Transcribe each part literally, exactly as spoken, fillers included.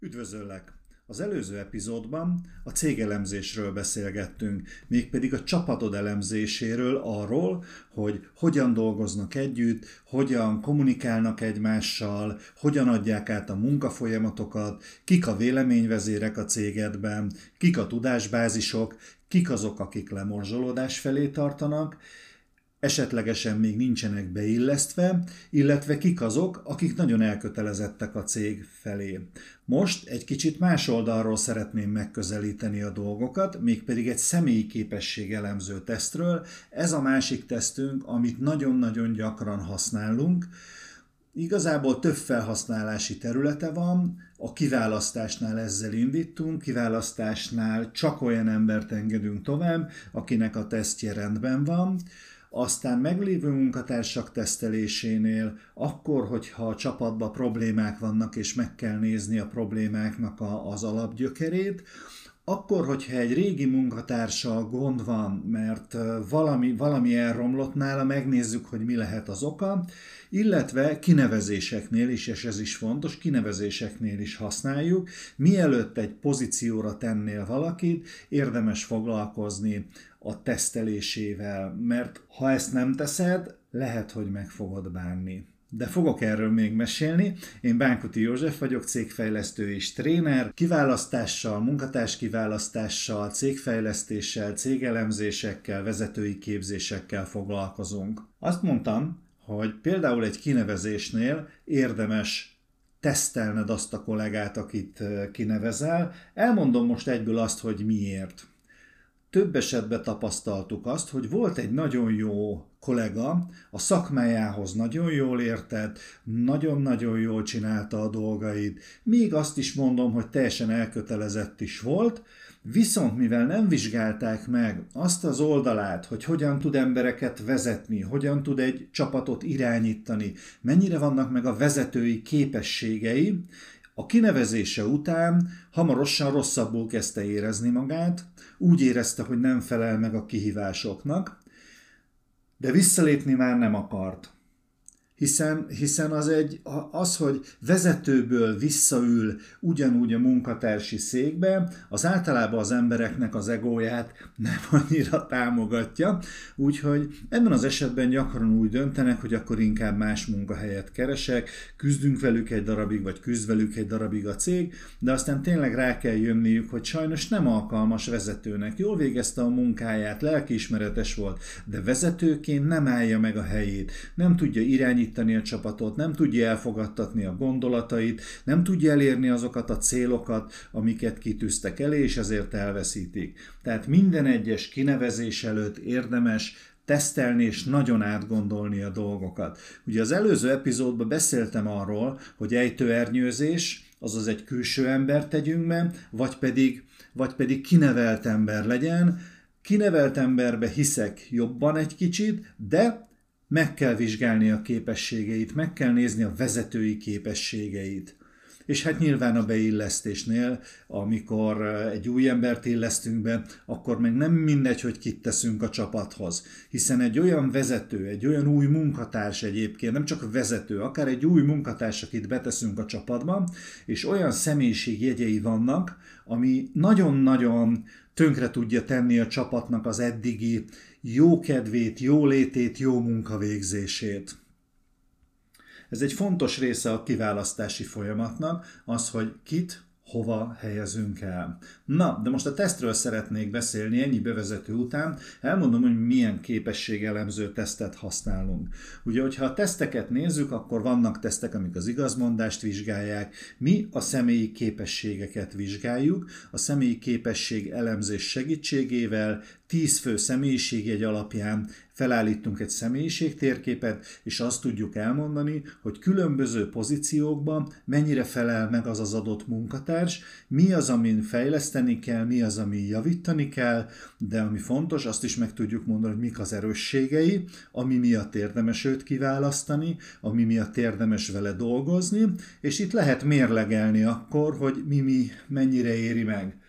Üdvözöllek! Az előző epizódban a cégelemzésről beszélgettünk, mégpedig a csapatod elemzéséről, arról, hogy hogyan dolgoznak együtt, hogyan kommunikálnak egymással, hogyan adják át a munkafolyamatokat, kik a véleményvezérek a cégedben, kik a tudásbázisok, kik azok, akik lemorzsolódás felé tartanak, esetlegesen még nincsenek beillesztve, illetve kik azok, akik nagyon elkötelezettek a cég felé. Most egy kicsit más oldalról szeretném megközelíteni a dolgokat, mégpedig egy személyi képesség elemző tesztről. Ez a másik tesztünk, amit nagyon-nagyon gyakran használunk. Igazából több felhasználási területe van, a kiválasztásnál ezzel indítunk, kiválasztásnál csak olyan embert engedünk tovább, akinek a tesztje rendben van. Aztán meglévő munkatársak tesztelésénél, akkor, hogyha a csapatban problémák vannak, és meg kell nézni a problémáknak a, az alapgyökerét, akkor, hogyha egy régi munkatársa gond van, mert valami, valami elromlott nála, megnézzük, hogy mi lehet az oka, illetve kinevezéseknél is, és ez is fontos, kinevezéseknél is használjuk. Mielőtt egy pozícióra tennél valakit, érdemes foglalkozni a tesztelésével, mert ha ezt nem teszed, lehet, hogy meg fogod bánni. De fogok erről még mesélni. Én Bánkuti József vagyok, cégfejlesztő és tréner. Kiválasztással, munkatárs kiválasztással, cégfejlesztéssel, cégelemzésekkel, vezetői képzésekkel foglalkozunk. Azt mondtam, hogy például egy kinevezésnél érdemes tesztelned azt a kollégát, akit kinevezel. Elmondom most egyből azt, hogy miért. Több esetben tapasztaltuk azt, hogy volt egy nagyon jó kollega, a szakmájához nagyon jól értett, nagyon-nagyon jól csinálta a dolgait, még azt is mondom, hogy teljesen elkötelezett is volt, viszont mivel nem vizsgálták meg azt az oldalát, hogy hogyan tud embereket vezetni, hogyan tud egy csapatot irányítani, mennyire vannak meg a vezetői képességei, a kinevezése után hamarosan rosszabbul kezdte érezni magát, úgy érezte, hogy nem felel meg a kihívásoknak, de visszalépni már nem akart. Hiszen, hiszen az, egy, az, hogy vezetőből visszaül ugyanúgy a munkatársi székbe, az általában az embereknek az egóját nem annyira támogatja, úgyhogy ebben az esetben gyakran úgy döntenek, hogy akkor inkább más munkahelyet keresek, küzdünk velük egy darabig, vagy küzd velük egy darabig a cég, de aztán tényleg rá kell jönniük, hogy sajnos nem alkalmas vezetőnek. Jól végezte a munkáját, lelkiismeretes volt, de vezetőként nem állja meg a helyét, nem tudja irányítani a csapatot, nem tudja elfogadtatni a gondolatait, nem tudja elérni azokat a célokat, amiket kitűztek elé, és ezért elveszítik. Tehát minden egyes kinevezés előtt érdemes tesztelni és nagyon átgondolni a dolgokat. Ugye az előző epizódban beszéltem arról, hogy ejtőernyőzés, azaz egy külső embert tegyünk be, vagy pedig, vagy pedig kinevelt ember legyen. Kinevelt emberbe hiszek jobban egy kicsit, de meg kell vizsgálni a képességeit, meg kell nézni a vezetői képességeit. És hát nyilván a beillesztésnél, amikor egy új embert illesztünk be, akkor meg nem mindegy, hogy kit teszünk a csapathoz. Hiszen egy olyan vezető, egy olyan új munkatárs egyébként, nem csak vezető, akár egy új munkatárs, akit beteszünk a csapatba, és olyan személyiségjegyei vannak, ami nagyon-nagyon tönkre tudja tenni a csapatnak az eddigi jó kedvét, jó létét, jó munkavégzését. Ez egy fontos része a kiválasztási folyamatnak, az, hogy kit, hova helyezünk el. Na, de most a tesztről szeretnék beszélni, ennyi bevezető után. Elmondom, hogy milyen képességelemző tesztet használunk. Ugye, hogyha a teszteket nézzük, akkor vannak tesztek, amik az igazmondást vizsgálják. Mi a személyi képességeket vizsgáljuk. A személyi képesség elemzés segítségével tíz fő személyiségjegy alapján felállítunk egy személyiségtérképet, és azt tudjuk elmondani, hogy különböző pozíciókban mennyire felel meg az az adott munkatárs, mi az, amin fejleszteni kell, mi az, amin javítani kell, de ami fontos, azt is meg tudjuk mondani, hogy mik az erősségei, ami miatt érdemes őt kiválasztani, ami miatt érdemes vele dolgozni, és itt lehet mérlegelni akkor, hogy mi, mi mennyire éri meg.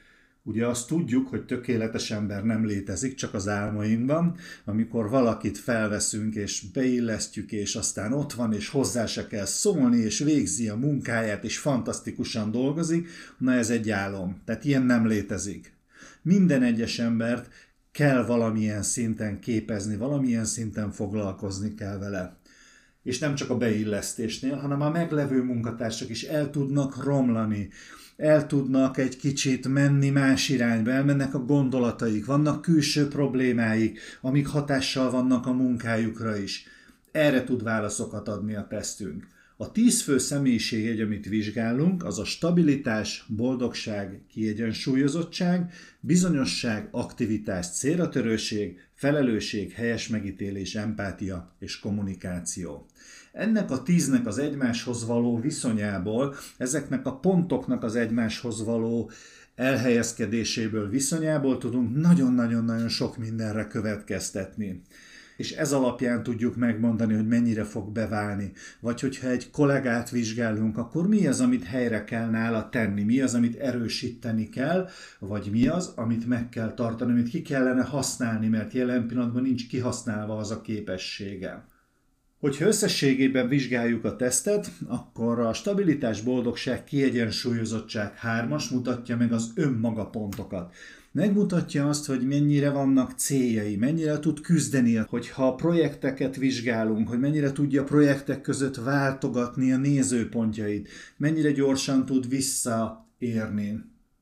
Ugye azt tudjuk, hogy tökéletes ember nem létezik, csak az álmainkban, amikor valakit felveszünk és beillesztjük, és aztán ott van, és hozzá se kell szólni, és végzi a munkáját, és fantasztikusan dolgozik, na ez egy álom. Tehát ilyen nem létezik. Minden egyes embert kell valamilyen szinten képezni, valamilyen szinten foglalkozni kell vele. És nem csak a beillesztésnél, hanem a meglevő munkatársak is el tudnak romlani, el tudnak egy kicsit menni más irányba, elmennek a gondolataik, vannak külső problémáik, amik hatással vannak a munkájukra is. Erre tud válaszokat adni a tesztünk. A tíz fő személyiségjegy, amit vizsgálunk, az a stabilitás, boldogság, kiegyensúlyozottság, bizonyosság, aktivitás, célratörőség, felelősség, helyes megítélés, empátia és kommunikáció. Ennek a tíznek az egymáshoz való viszonyából, ezeknek a pontoknak az egymáshoz való elhelyezkedéséből, viszonyából tudunk nagyon-nagyon-nagyon sok mindenre következtetni. És ez alapján tudjuk megmondani, hogy mennyire fog beválni. Vagy hogyha egy kollégát vizsgálunk, akkor mi az, amit helyre kell nála tenni, mi az, amit erősíteni kell, vagy mi az, amit meg kell tartani, amit ki kellene használni, mert jelen pillanatban nincs kihasználva az a képessége. Hogyha összességében vizsgáljuk a tesztet, akkor a stabilitás, boldogság, kiegyensúlyozottság hármas mutatja meg az önmaga pontokat. Megmutatja azt, hogy mennyire vannak céljai, mennyire tud küzdeni, hogyha projekteket vizsgálunk, hogy mennyire tudja projektek között váltogatni a nézőpontjait, mennyire gyorsan tud visszaérni,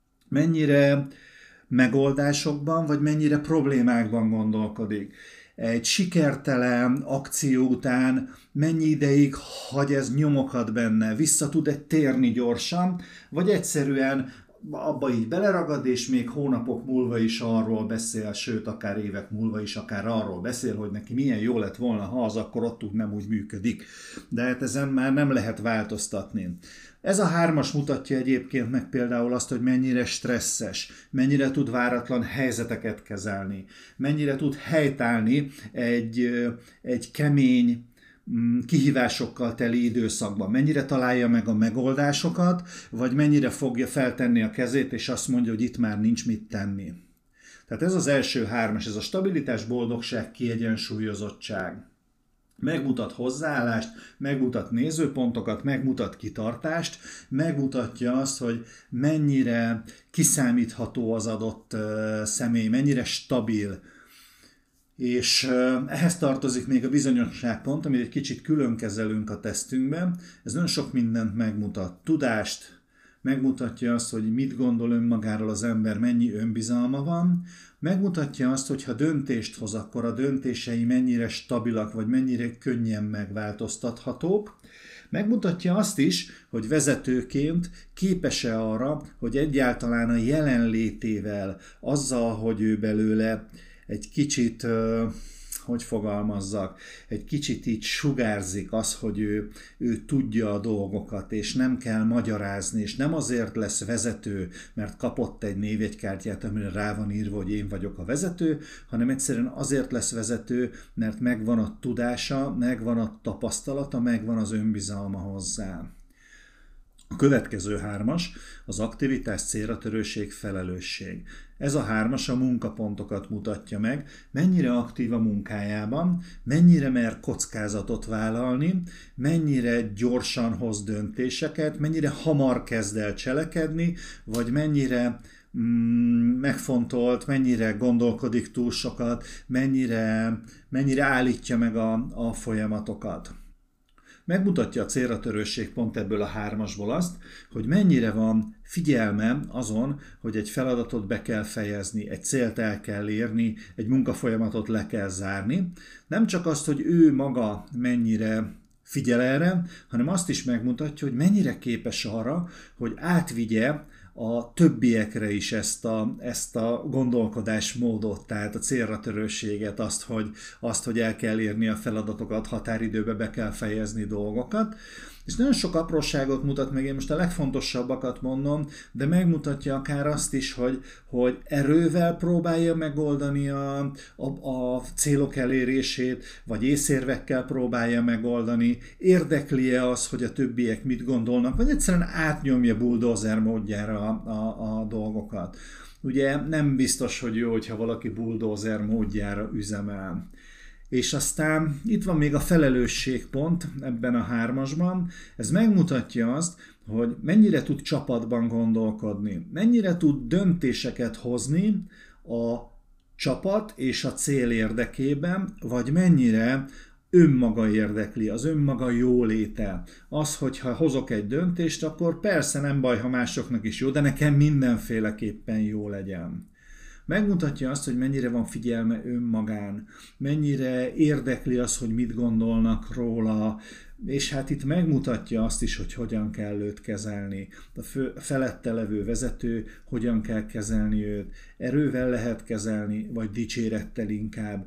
mennyire megoldásokban, vagy mennyire problémákban gondolkodik. Egy sikertelen akció után mennyi ideig hagy ez nyomokat benne, vissza tud-e térni gyorsan, vagy egyszerűen abba így beleragad, és még hónapok múlva is arról beszél, sőt, akár évek múlva is akár arról beszél, hogy neki milyen jó lett volna, ha az akkor ott úgy nem úgy működik. De hát ezen már nem lehet változtatni. Ez a hármas mutatja egyébként meg például azt, hogy mennyire stresszes, mennyire tud váratlan helyzeteket kezelni, mennyire tud helytállni egy, egy kemény, kihívásokkal teli időszakban. Mennyire találja meg a megoldásokat, vagy mennyire fogja feltenni a kezét, és azt mondja, hogy itt már nincs mit tenni. Tehát ez az első hármas, ez a stabilitás, boldogság, kiegyensúlyozottság. Megmutat hozzáállást, megmutat nézőpontokat, megmutat kitartást, megmutatja azt, hogy mennyire kiszámítható az adott személy, mennyire stabil. És ehhez tartozik még a bizonyosságpont, amit egy kicsit külön kezelünk a tesztünkben. Ez nagyon sok mindent megmutat. Tudást, megmutatja azt, hogy mit gondol önmagáról az ember, mennyi önbizalma van, megmutatja azt, hogy ha döntést hoz, akkor a döntései mennyire stabilak, vagy mennyire könnyen megváltoztathatók. Megmutatja azt is, hogy vezetőként képes-e arra, hogy egyáltalán a jelenlétével, azzal, hogy ő belőle egy kicsit, hogy fogalmazzak, egy kicsit így sugárzik az, hogy ő, ő tudja a dolgokat, és nem kell magyarázni, és nem azért lesz vezető, mert kapott egy névjegykártyát, amire rá van írva, hogy én vagyok a vezető, hanem egyszerűen azért lesz vezető, mert megvan a tudása, megvan a tapasztalata, megvan az önbizalma hozzá. A következő hármas az aktivitás, célratörőség, felelősség. Ez a hármas a munkapontokat mutatja meg, mennyire aktív a munkájában, mennyire mer kockázatot vállalni, mennyire gyorsan hoz döntéseket, mennyire hamar kezd el cselekedni, vagy mennyire mm, megfontolt, mennyire gondolkodik túl sokat, mennyire, mennyire állítja meg a, a folyamatokat. Megmutatja a célratörőség pont ebből a hármasból azt, hogy mennyire van figyelme azon, hogy egy feladatot be kell fejezni, egy célt el kell érni, egy munkafolyamatot le kell zárni. Nem csak azt, hogy ő maga mennyire figyel erre, hanem azt is megmutatja, hogy mennyire képes arra, hogy átvigye a többiekre is ezt a, ezt a gondolkodásmódot, tehát a célratörőséget, azt hogy, azt, hogy el kell érni a feladatokat, határidőbe be kell fejezni dolgokat. És nagyon sok apróságot mutat meg, én most a legfontosabbakat mondom, de megmutatja akár azt is, hogy, hogy erővel próbálja megoldani a, a, a célok elérését, vagy észérvekkel próbálja megoldani, érdekli-e az, hogy a többiek mit gondolnak, vagy egyszerűen átnyomja bulldozer módjára a, a, a dolgokat. ugye nem biztos, hogy jó, hogyha valaki bulldozer módjára üzemel. És aztán itt van még a felelősségpont ebben a hármasban. Ez megmutatja azt, hogy mennyire tud csapatban gondolkodni, mennyire tud döntéseket hozni a csapat és a cél érdekében, vagy mennyire önmaga érdekli, az önmaga jóléte. Az, hogyha hozok egy döntést, akkor persze nem baj, ha másoknak is jó, de nekem mindenféleképpen jó legyen. Megmutatja azt, hogy mennyire van figyelme önmagán, mennyire érdekli az, hogy mit gondolnak róla, és hát itt megmutatja azt is, hogy hogyan kell őt kezelni. A fő, felette levő vezető, hogyan kell kezelni őt. Erővel lehet kezelni, vagy dicsérettel inkább.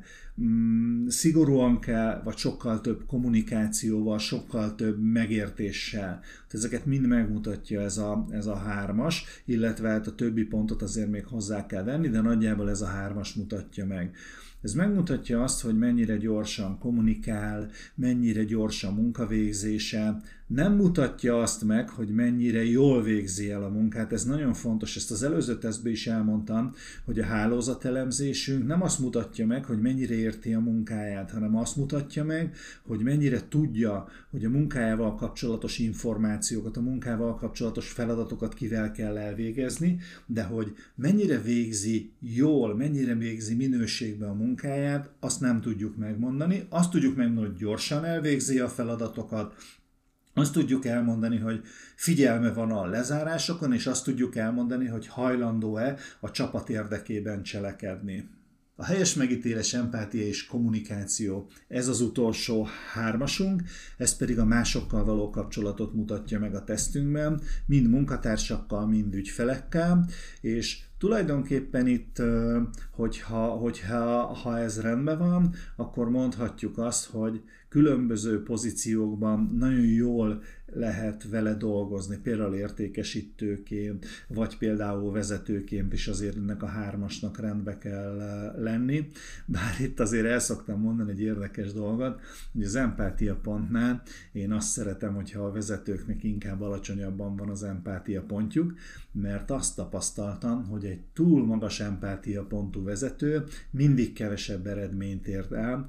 Mm, szigorúan kell, vagy sokkal több kommunikációval, sokkal több megértéssel. Ezeket mind megmutatja ez a, ez a hármas, illetve hát a többi pontot azért még hozzá kell venni, de nagyjából ez a hármas mutatja meg. Ez megmutatja azt, hogy mennyire gyorsan kommunikál, mennyire gyors a munkavégzése, nem mutatja azt meg, hogy mennyire jól végzi el a munkát. Ez nagyon fontos, ezt az előző tesztben is elmondtam, hogy a hálózatelemzésünk nem azt mutatja meg, hogy mennyire érti a munkáját, hanem azt mutatja meg, hogy mennyire tudja, hogy a munkájával kapcsolatos információkat, a munkával kapcsolatos feladatokat kivel kell elvégezni, de hogy mennyire végzi jól, mennyire végzi minőségben a munkáját, azt nem tudjuk megmondani. Azt tudjuk megmondani, hogy gyorsan elvégzi a feladatokat, azt tudjuk elmondani, hogy figyelme van a lezárásokon, és azt tudjuk elmondani, hogy hajlandó-e a csapat érdekében cselekedni. A helyes megítélés, empátia és kommunikáció, ez az utolsó hármasunk, ez pedig a másokkal való kapcsolatot mutatja meg a tesztünkben, mind munkatársakkal, mind ügyfelekkel, és tulajdonképpen itt, hogyha, hogyha ha ez rendben van, akkor mondhatjuk azt, hogy különböző pozíciókban nagyon jól lehet vele dolgozni, például értékesítőként, vagy például vezetőként is azért ennek a hármasnak rendbe kell lenni. Bár itt azért el szoktam mondani egy érdekes dolgot, hogy az empátia pontnál én azt szeretem, hogyha a vezetőknek inkább alacsonyabban van az empátia pontjuk, mert azt tapasztaltam, hogy egy túl magas empátia pontú vezető mindig kevesebb eredményt ért el.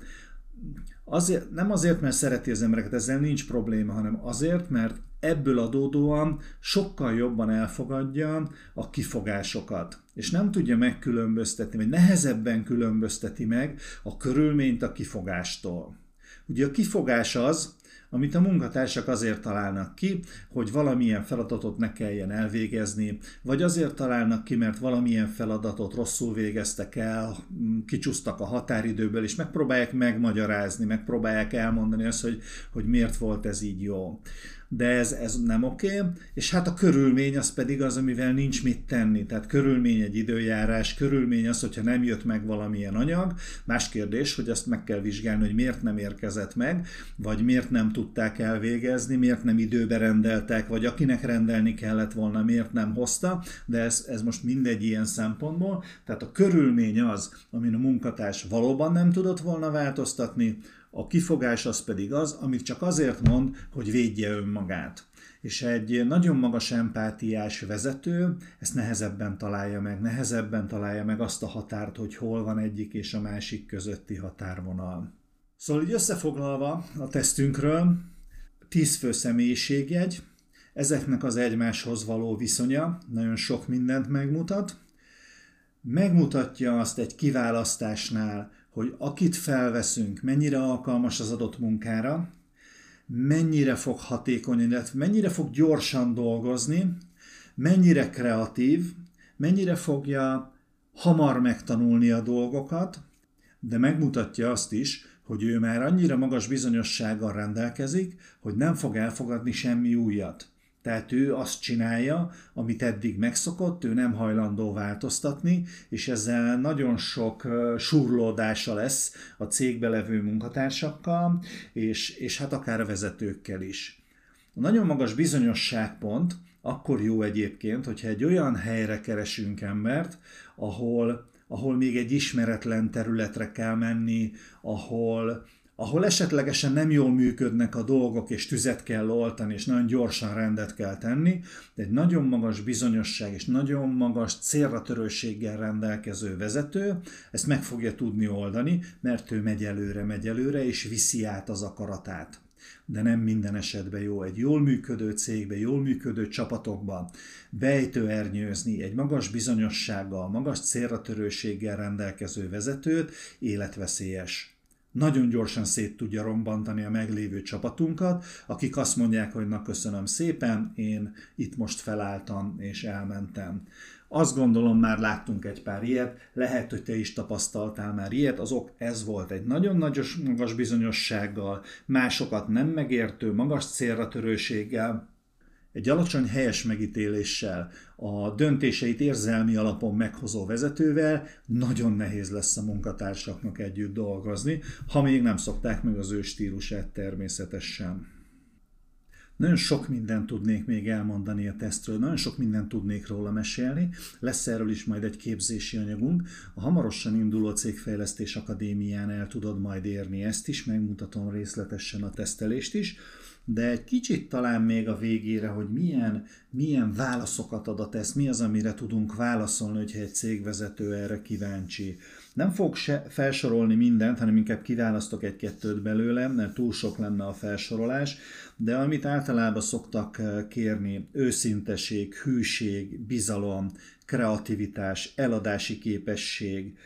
Azért, nem azért, mert szereti az embereket, ezzel nincs probléma, hanem azért, mert ebből adódóan sokkal jobban elfogadja a kifogásokat. És nem tudja megkülönböztetni, vagy nehezebben különbözteti meg a körülményt a kifogástól. Ugye a kifogás az, amit a munkatársak azért találnak ki, hogy valamilyen feladatot ne kelljen elvégezni, vagy azért találnak ki, mert valamilyen feladatot rosszul végeztek el, kicsúsztak a határidőből, és megpróbálják megmagyarázni, megpróbálják elmondani azt, hogy, hogy miért volt ez így jó. De ez, ez nem oké, és hát a körülmény az pedig az, amivel nincs mit tenni. Tehát körülmény egy időjárás, körülmény az, hogyha nem jött meg valamilyen anyag. Más kérdés, hogy azt meg kell vizsgálni, hogy miért nem érkezett meg, vagy miért nem tudták elvégezni, miért nem időbe rendeltek, vagy akinek rendelni kellett volna, miért nem hozta, de ez, ez most mindegy ilyen szempontból. Tehát a körülmény az, amin a munkatárs valóban nem tudott volna változtatni, a kifogás az pedig az, amit csak azért mond, hogy védje önmagát. És egy nagyon magas empátiás vezető ezt nehezebben találja meg, nehezebben találja meg azt a határt, hogy hol van egyik és a másik közötti határvonal. Szóval így összefoglalva a tesztünkről, tíz fő személyiségjegy, ezeknek az egymáshoz való viszonya nagyon sok mindent megmutat. Megmutatja azt egy kiválasztásnál, hogy akit felveszünk, mennyire alkalmas az adott munkára, mennyire fog hatékony, illetve mennyire fog gyorsan dolgozni, mennyire kreatív, mennyire fogja hamar megtanulni a dolgokat, de megmutatja azt is, hogy ő már annyira magas bizonyossággal rendelkezik, hogy nem fog elfogadni semmi újat. Tehát ő azt csinálja, amit eddig megszokott, ő nem hajlandó változtatni, és ezzel nagyon sok surlódása lesz a cégbe levő munkatársakkal, és, és hát akár a vezetőkkel is. A nagyon magas bizonyosságpont akkor jó egyébként, hogyha egy olyan helyre keresünk embert, ahol, ahol még egy ismeretlen területre kell menni, ahol, Ahol esetlegesen nem jól működnek a dolgok, és tüzet kell oltani, és nagyon gyorsan rendet kell tenni, de egy nagyon magas bizonyosság és nagyon magas célra törőséggel rendelkező vezető ezt meg fogja tudni oldani, mert ő megy előre, megy előre, és viszi át az akaratát. De nem minden esetben jó egy jól működő cégbe, jól működő csapatokban bejtőernyőzni egy magas bizonyossággal, magas célra törőséggel rendelkező vezetőt életveszélyes. Nagyon gyorsan szét tudja rombantani a meglévő csapatunkat, akik azt mondják, hogy na köszönöm szépen, én itt most felálltam és elmentem. Azt gondolom, már láttunk egy pár ilyet, lehet, hogy te is tapasztaltál már ilyet, az ok ez volt, egy nagyon nagy, magas bizonyossággal, másokat nem megértő, magas célra törőséggel, egy alacsony helyes megítéléssel, a döntéseit érzelmi alapon meghozó vezetővel nagyon nehéz lesz a munkatársaknak együtt dolgozni, ha még nem szokták meg az ő stílusát természetesen. Nagyon sok mindent tudnék még elmondani a tesztről, nagyon sok mindent tudnék róla mesélni, lesz erről is majd egy képzési anyagunk. A hamarosan induló Cégfejlesztés Akadémián el tudod majd érni ezt is, megmutatom részletesen a tesztelést is, de egy kicsit talán még a végére, hogy milyen, milyen válaszokat ad a teszt, mi az, amire tudunk válaszolni, hogyha egy cégvezető erre kíváncsi. Nem fogok se felsorolni mindent, hanem inkább kiválasztok egy-kettőt belőle, mert túl sok lenne a felsorolás, de amit általában szoktak kérni, őszinteség, hűség, bizalom, kreativitás, eladási képesség,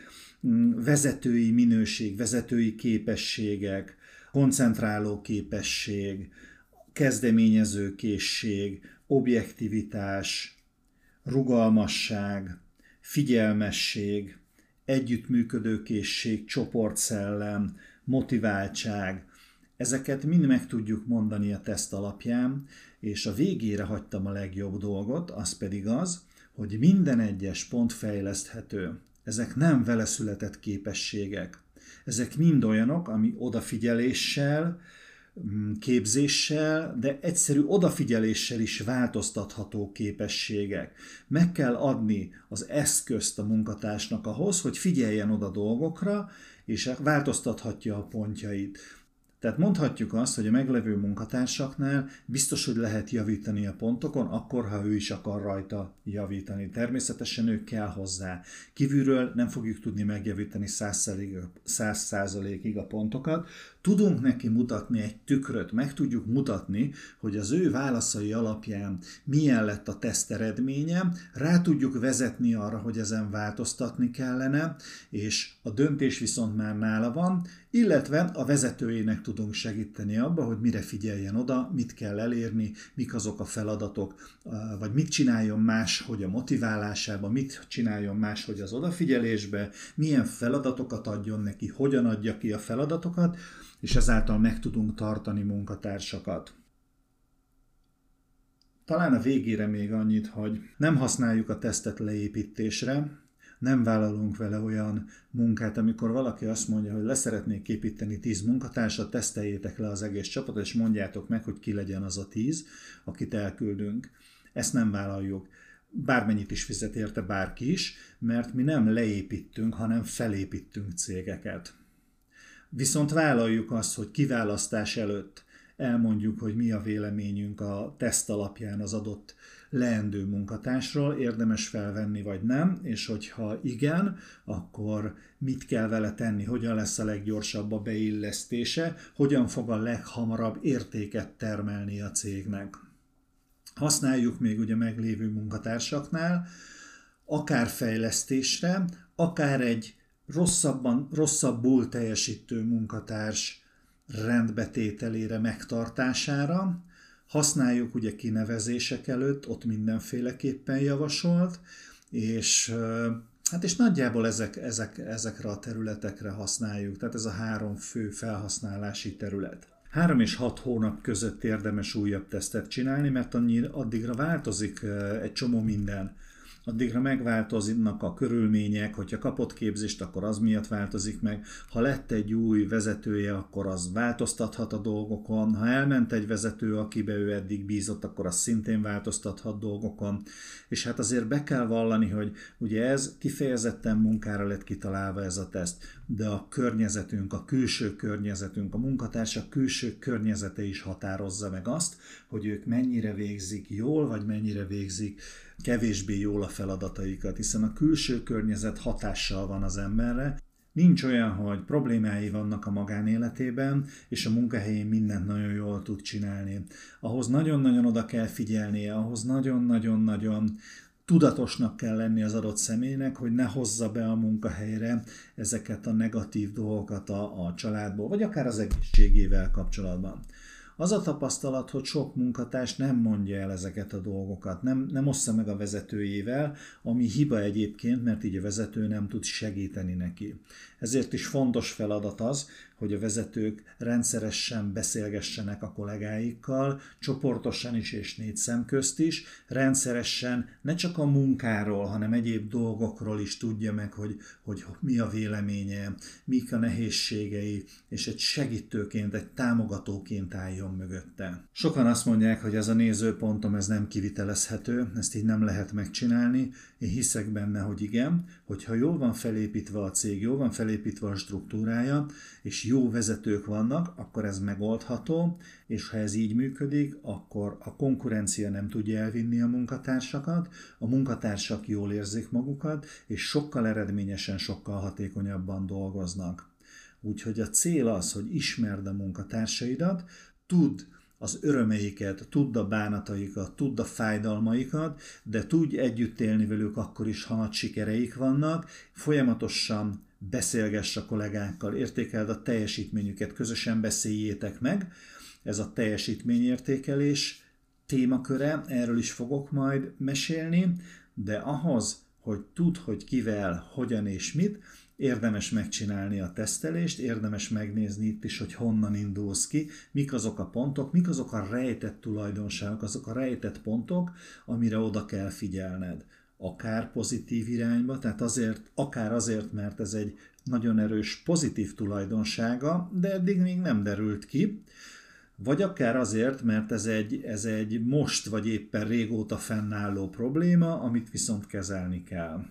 vezetői minőség, vezetői képességek, koncentráló képesség, kezdeményező készség, objektivitás, rugalmasság, figyelmesség, együttműködő készség, csoportszellem, motiváltság. Ezeket mind meg tudjuk mondani a teszt alapján, és a végére hagytam a legjobb dolgot, az pedig az, hogy minden egyes pont fejleszthető. Ezek nem vele született képességek. Ezek mind olyanok, ami odafigyeléssel, képzéssel, de egyszerű odafigyeléssel is változtatható képességek. Meg kell adni az eszközt a munkatársnak ahhoz, hogy figyeljen oda dolgokra, és változtathatja a pontjait. Tehát mondhatjuk azt, hogy a meglevő munkatársaknál biztos, hogy lehet javítani a pontokon, akkor, ha ő is akar rajta javítani. Természetesen ő kell hozzá. Kívülről nem fogjuk tudni megjavítani száz százalékig a pontokat. Tudunk neki mutatni egy tükröt, meg tudjuk mutatni, hogy az ő válaszai alapján milyen lett a teszt eredménye, rá tudjuk vezetni arra, hogy ezen változtatni kellene, és a döntés viszont már nála van, illetve a vezetőjének tudunk segíteni abba, hogy mire figyeljen oda, mit kell elérni, mik azok a feladatok, vagy mit csináljon más, hogy a motiválásában, mit csináljon más, hogy az odafigyelésbe, milyen feladatokat adjon neki, hogyan adja ki a feladatokat, és ezáltal meg tudunk tartani munkatársakat. Talán a végére még annyit, hogy nem használjuk a tesztet leépítésre, nem vállalunk vele olyan munkát, amikor valaki azt mondja, hogy leszeretnék építeni tíz munkatársat, teszteljétek le az egész csapatot, és mondjátok meg, hogy ki legyen az a tíz, akit elküldünk. Ezt nem vállaljuk. Bármennyit is fizet érte bárki is, mert mi nem leépítünk, hanem felépítünk cégeket. Viszont vállaljuk azt, hogy kiválasztás előtt elmondjuk, hogy mi a véleményünk a teszt alapján az adott leendő munkatársról, érdemes felvenni vagy nem, és hogyha igen, akkor mit kell vele tenni, hogyan lesz a leggyorsabb a beillesztése, hogyan fog a leghamarabb értéket termelni a cégnek. Használjuk még ugye meglévő munkatársaknál, akár fejlesztésre, akár egy rosszabban, rosszabbul teljesítő munkatárs rendbetételére, megtartására. Használjuk ugye kinevezések előtt, ott mindenféleképpen javasolt, és, hát és nagyjából ezek, ezek, ezekre a területekre használjuk, tehát ez a három fő felhasználási terület. Három és hat hónap között érdemes újabb tesztet csinálni, mert annyi, addigra változik egy csomó minden. Addigra megváltoznak a körülmények, hogyha kapott képzést, akkor az miatt változik meg. Ha lett egy új vezetője, akkor az változtathat a dolgokon. Ha elment egy vezető, akibe ő eddig bízott, akkor az szintén változtathat dolgokon. És hát azért be kell vallani, hogy ugye ez kifejezetten munkára lett kitalálva ez a teszt. de a környezetünk, a külső környezetünk, a munkatársak külső környezete is határozza meg azt, hogy ők mennyire végzik jól, vagy mennyire végzik kevésbé jól a feladataikat, hiszen a külső környezet hatással van az emberre. Nincs olyan, hogy problémái vannak a magánéletében, és a munkahelyén mindent nagyon jól tud csinálni. Ahhoz nagyon-nagyon oda kell figyelnie, ahhoz nagyon-nagyon-nagyon tudatosnak kell lenni az adott személynek, hogy ne hozza be a munkahelyre ezeket a negatív dolgokat a, a családból, vagy akár az egészségével kapcsolatban. Az a tapasztalat, hogy sok munkatárs nem mondja el ezeket a dolgokat, nem, nem ossza meg a vezetőjével, ami hiba egyébként, mert így a vezető nem tud segíteni neki. Ezért is fontos feladat az, hogy a vezetők rendszeresen beszélgessenek a kollégáikkal, csoportosan is és négy szem közt is, rendszeresen ne csak a munkáról, hanem egyéb dolgokról is tudja meg, hogy, hogy mi a véleménye, mik a nehézségei, és egy segítőként, egy támogatóként álljon mögötte. Sokan azt mondják, hogy ez a nézőpontom ez nem kivitelezhető, ezt így nem lehet megcsinálni. Én hiszek benne, hogy igen, hogyha jól van felépítve a cég, jól van felépítve a struktúrája, és jó vezetők vannak, akkor ez megoldható, és ha ez így működik, akkor a konkurencia nem tudja elvinni a munkatársakat, a munkatársak jól érzik magukat, és sokkal eredményesen, sokkal hatékonyabban dolgoznak. Úgyhogy a cél az, hogy ismerd a munkatársaidat, tudd az örömeiket, tudd a bánataikat, tudd a fájdalmaikat, de tudj együtt élni velük akkor is, ha nagy sikereik vannak, folyamatosan beszélgess a kollégákkal, értékeld a teljesítményüket, közösen beszéljétek meg. Ez a teljesítményértékelés témaköre, erről is fogok majd mesélni, de ahhoz, hogy tudd, hogy kivel, hogyan és mit, érdemes megcsinálni a tesztelést, érdemes megnézni itt is, hogy honnan indulsz ki, mik azok a pontok, mik azok a rejtett tulajdonságok, azok a rejtett pontok, amire oda kell figyelned. Akár pozitív irányba, tehát azért, akár azért, mert ez egy nagyon erős pozitív tulajdonsága, de eddig még nem derült ki, vagy akár azért, mert ez egy, ez egy most vagy éppen régóta fennálló probléma, amit viszont kezelni kell.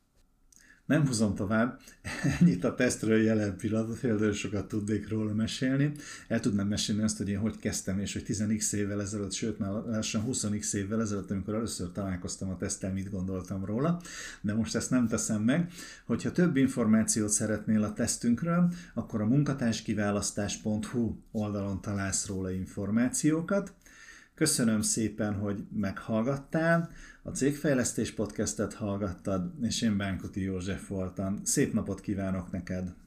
Nem húzom tovább, ennyit a tesztről jelen pillanat, például sokat tudnék róla mesélni. El tudnám mesélni azt, hogy én hogy kezdtem, és hogy tíz x évvel ezelőtt, sőt már lassan húsz x évvel ezelőtt, amikor először találkoztam a teszttel, mit gondoltam róla, de most ezt nem teszem meg. Hogyha több információt szeretnél a tesztünkről, akkor a munkatárskiválasztás pont hu oldalon találsz róla információkat. Köszönöm szépen, hogy meghallgattál, a Cégfejlesztés Podcastet hallgattad, és én Bánkuti József voltam. Szép napot kívánok neked!